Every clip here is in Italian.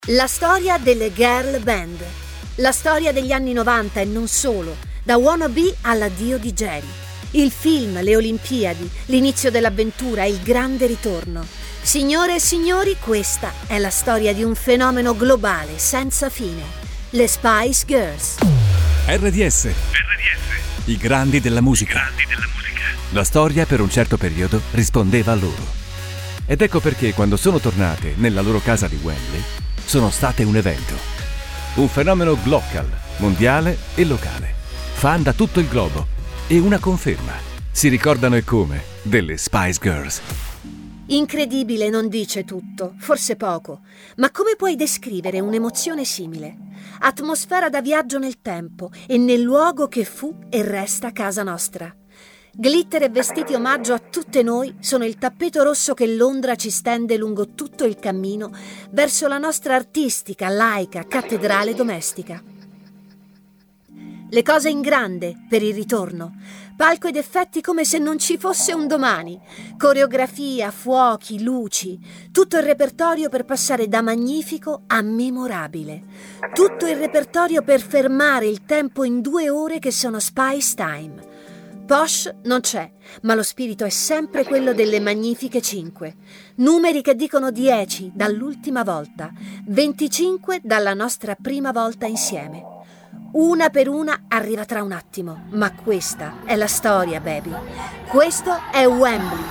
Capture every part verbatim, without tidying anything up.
La storia delle girl band. La storia degli anni novanta e non solo, da Wannabe all'addio di Geri. Il film, le Olimpiadi, l'inizio dell'avventura e il grande ritorno. Signore e signori, questa è la storia di un fenomeno globale senza fine. Le Spice Girls. R D S. R D S. I grandi della musica. I grandi della musica. La storia per un certo periodo rispondeva a loro. Ed ecco perché quando sono tornate nella loro casa di Wembley sono state un evento. Un fenomeno global, mondiale e locale. Fan da tutto il globo. E una conferma. Si ricordano e come delle Spice Girls. Incredibile non dice tutto, forse poco, ma come puoi descrivere un'emozione simile? Atmosfera da viaggio nel tempo e nel luogo che fu e resta casa nostra. Glitter e vestiti omaggio a tutte noi sono il tappeto rosso che Londra ci stende lungo tutto il cammino verso la nostra artistica, laica cattedrale domestica. Le cose in grande per il ritorno, palco ed effetti come se non ci fosse un domani, coreografia, fuochi, luci, tutto il repertorio per passare da magnifico a memorabile, tutto il repertorio per fermare il tempo in due ore che sono Spice Time. Posh non c'è, ma lo spirito è sempre quello delle magnifiche cinque. Numeri che dicono dieci dall'ultima volta, venticinque dalla nostra prima volta insieme. Una per una arriva tra un attimo, ma questa è la storia, baby. Questo è Wembley.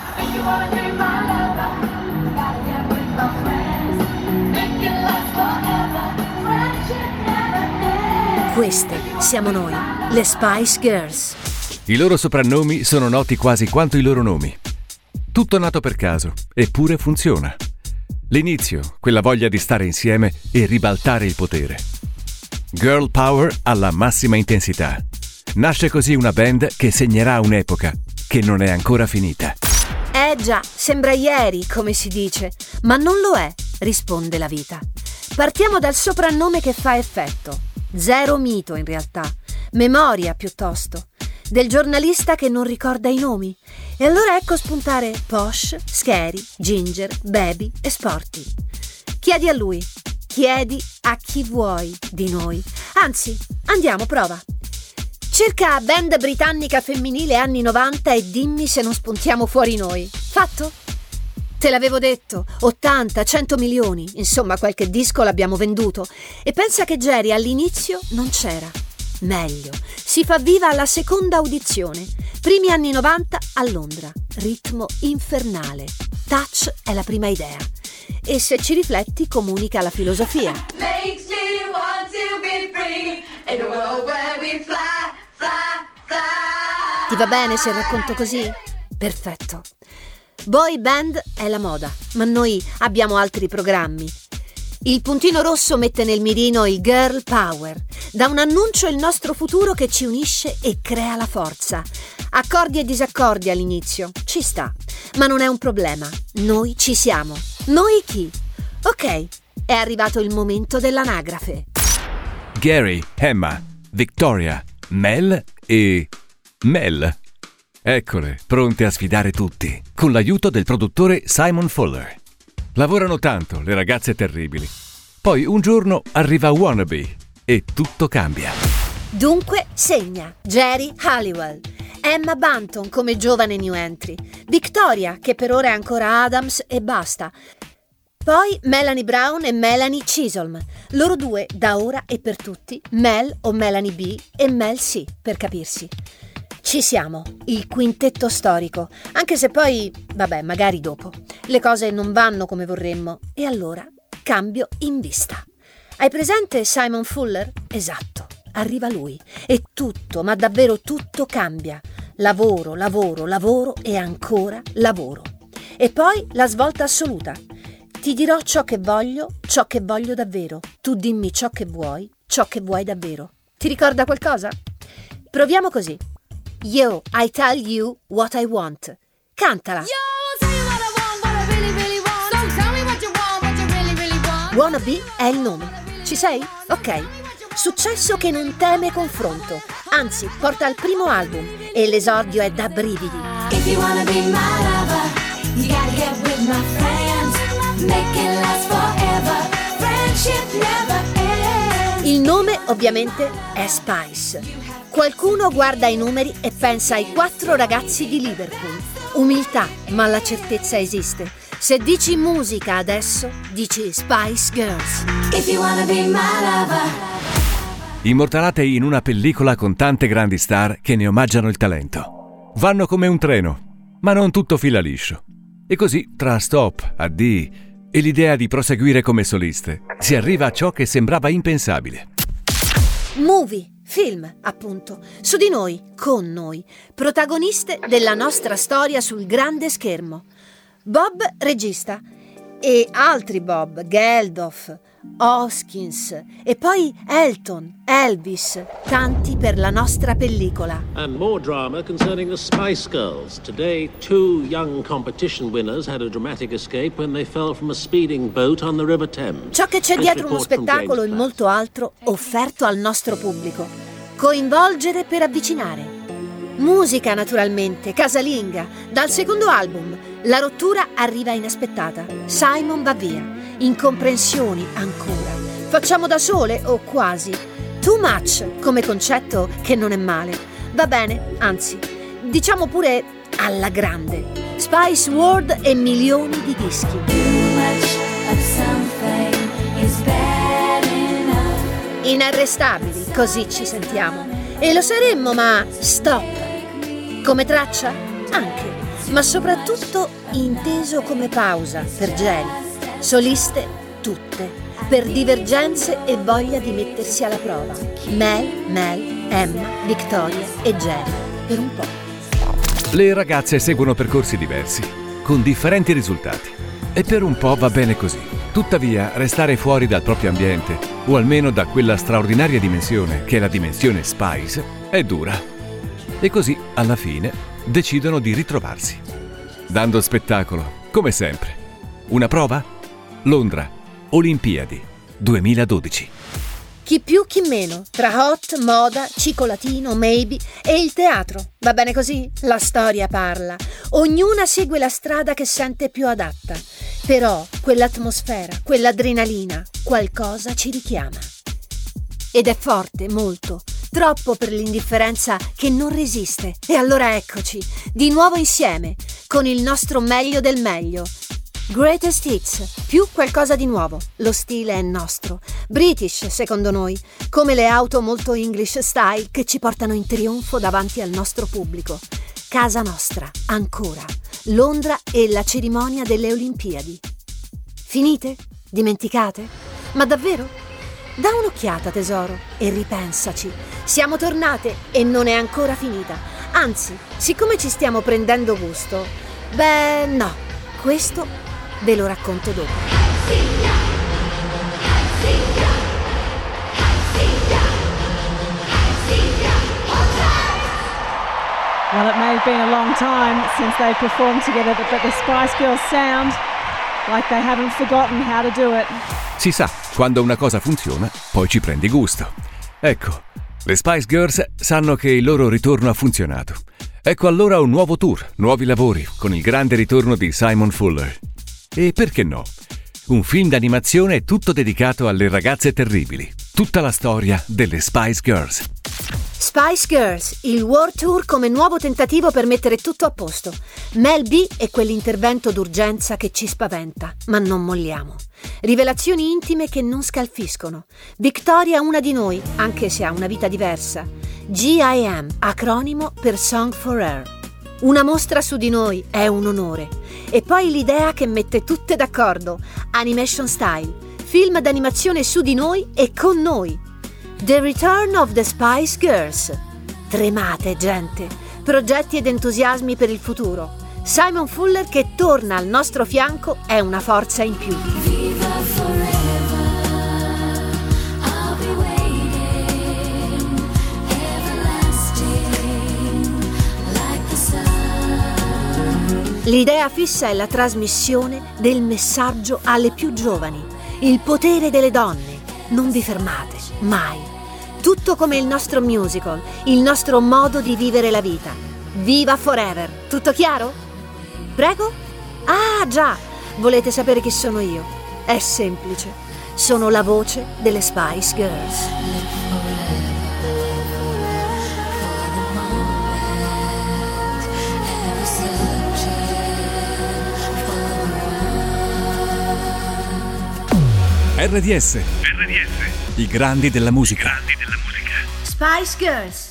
Queste siamo noi, le Spice Girls. I loro soprannomi sono noti quasi quanto i loro nomi. Tutto nato per caso, eppure funziona. L'inizio, quella voglia di stare insieme e ribaltare il potere. Girl power alla massima intensità. Nasce così una band che segnerà un'epoca che non è ancora finita. Eh già, sembra ieri, come si dice, ma non lo è, risponde la vita. Partiamo dal soprannome che fa effetto. Zero mito in realtà, memoria piuttosto, del giornalista che non ricorda i nomi. E allora ecco spuntare Posh, Scary, Ginger, Baby e Sporty. Chiedi a lui. Chiedi a chi vuoi di noi. Anzi, andiamo, prova. Cerca band britannica femminile anni novanta e dimmi se non spuntiamo fuori noi. Fatto? Te l'avevo detto, ottanta, cento milioni, insomma qualche disco l'abbiamo venduto. E pensa che Geri all'inizio non c'era. Meglio, si fa viva alla seconda audizione. Primi anni novanta a Londra. Ritmo infernale. Touch è la prima idea. E se ci rifletti comunica la filosofia. Ti va bene se racconto così? Perfetto. Boy band è la moda, ma noi abbiamo altri programmi. Il puntino rosso mette nel mirino il girl power. Da un annuncio il nostro futuro che ci unisce e crea la forza. Accordi e disaccordi all'inizio, ci sta, ma non è un problema. Noi ci siamo. Noi chi? Ok, è arrivato il momento dell'anagrafe. Gary, Emma, Victoria, Mel e Mel. Eccole, pronte a sfidare tutti, con l'aiuto del produttore Simon Fuller. Lavorano tanto, le ragazze terribili. Poi un giorno arriva Wannabe e tutto cambia. Dunque segna Geri Halliwell, Emma Bunton come giovane new entry, Victoria che per ora è ancora Adams e basta. Poi Melanie Brown e Melanie Chisholm, loro due da ora e per tutti Mel o Melanie B e Mel C per capirsi. Ci siamo, il quintetto storico, anche se poi, vabbè, magari dopo. Le cose non vanno come vorremmo e allora cambio in vista. Hai presente Simon Fuller? Esatto, arriva lui e tutto, ma davvero tutto cambia. Lavoro, lavoro, lavoro e ancora lavoro. E poi la svolta assoluta. Ti dirò ciò che voglio, ciò che voglio davvero. Tu dimmi ciò che vuoi, ciò che vuoi davvero. Ti ricorda qualcosa? Proviamo così. Yo, I tell you what I want. Cantala. Yo, I'll tell you what I want, what I really, really want. So tell me what you want, what you really, really want. Wannabe è il nome. Ci sei? Ok. Successo che non teme confronto. Anzi, porta al primo album e l'esordio è da brividi. If you wanna be my lover, you gotta get with my friends. Make it last forever. Friendship Il nome ovviamente è Spice. Qualcuno guarda i numeri e pensa ai quattro ragazzi di Liverpool. Umiltà, ma la certezza esiste. Se dici musica adesso, dici Spice Girls. If you wanna be my lover. Immortalate in una pellicola con tante grandi star che ne omaggiano il talento. Vanno come un treno, ma non tutto fila liscio. E così, tra stop, addii e l'idea di proseguire come soliste, si arriva a ciò che sembrava impensabile. Movie, film, appunto, su di noi, con noi, protagoniste della nostra storia sul grande schermo. Bob, regista, e altri Bob, Geldof, Hoskins e poi Elton, Elvis, tanti per la nostra pellicola. And more drama concerning the Spice Girls. Today, two young competition winners had a dramatic escape when they fell from a speeding boat on the River Thames. Ciò che c'è dietro uno spettacolo e molto altro offerto al nostro pubblico. Coinvolgere per avvicinare. Musica, naturalmente, casalinga. Dal secondo album, la rottura arriva inaspettata. Simon va via. Incomprensioni ancora. Facciamo da sole o quasi. Too much come concetto, che non è male. Va bene, anzi, diciamo pure alla grande. Spice World e milioni di dischi. Inarrestabili, così ci sentiamo. E lo saremmo, ma stop. Come traccia? Anche. Ma soprattutto inteso come pausa per Jerry. Soliste tutte, per divergenze e voglia di mettersi alla prova. Mel, Mel, Emma, Victoria e Jerry, per un po'. Le ragazze seguono percorsi diversi, con differenti risultati. E per un po' va bene così. Tuttavia, restare fuori dal proprio ambiente, o almeno da quella straordinaria dimensione che è la dimensione Spice, è dura. E così, alla fine, decidono di ritrovarsi. Dando spettacolo, come sempre. Una prova? Londra, Olimpiadi, duemiladodici. Chi più chi meno, tra hot, moda, cicolatino, maybe e il teatro. Va bene così? La storia parla. Ognuna segue la strada che sente più adatta. Però quell'atmosfera, quell'adrenalina, qualcosa ci richiama. Ed è forte, molto, troppo per l'indifferenza che non resiste. E allora eccoci, di nuovo insieme, con il nostro meglio del meglio. Greatest Hits, più qualcosa di nuovo. Lo stile è nostro, British secondo noi, come le auto molto English style che ci portano in trionfo davanti al nostro pubblico. Casa nostra, ancora, Londra e la cerimonia delle Olimpiadi. Finite? Dimenticate? Ma davvero? Da un'occhiata, tesoro, e ripensaci. Siamo tornate e non è ancora finita. Anzi, siccome ci stiamo prendendo gusto, beh, no, questo ve lo racconto dopo. Well, it may have been a long time since they've performed together, but the Spice Girls sound like they haven't forgotten how to do it. Si sa, quando una cosa funziona, poi ci prendi gusto. Ecco, le Spice Girls sanno che il loro ritorno ha funzionato. Ecco allora un nuovo tour, nuovi lavori, con il grande ritorno di Simon Fuller. E perché no? Un film d'animazione tutto dedicato alle ragazze terribili. Tutta la storia delle Spice Girls. Spice Girls, il World Tour come nuovo tentativo per mettere tutto a posto. Mel B è quell'intervento d'urgenza che ci spaventa, ma non molliamo. Rivelazioni intime che non scalfiscono. Victoria una di noi, anche se ha una vita diversa. G I M, acronimo per Song for Her. Una mostra su di noi è un onore. E poi l'idea che mette tutte d'accordo. Animation Style, film d'animazione su di noi e con noi. The Return of the Spice Girls. Tremate, gente. Progetti ed entusiasmi per il futuro. Simon Fuller che torna al nostro fianco è una forza in più. Viva forever, I'll be waiting, everlasting, like the sun. L'idea fissa è la trasmissione del messaggio alle più giovani. Il potere delle donne. Non vi fermate, mai. Tutto come il nostro musical, il nostro modo di vivere la vita. Viva forever! Tutto chiaro? Prego? Ah, già! Volete sapere chi sono io? È semplice. sono la voce delle Spice Girls. R D S. R D S. I grandi della musica. Grandi della musica. Spice Girls.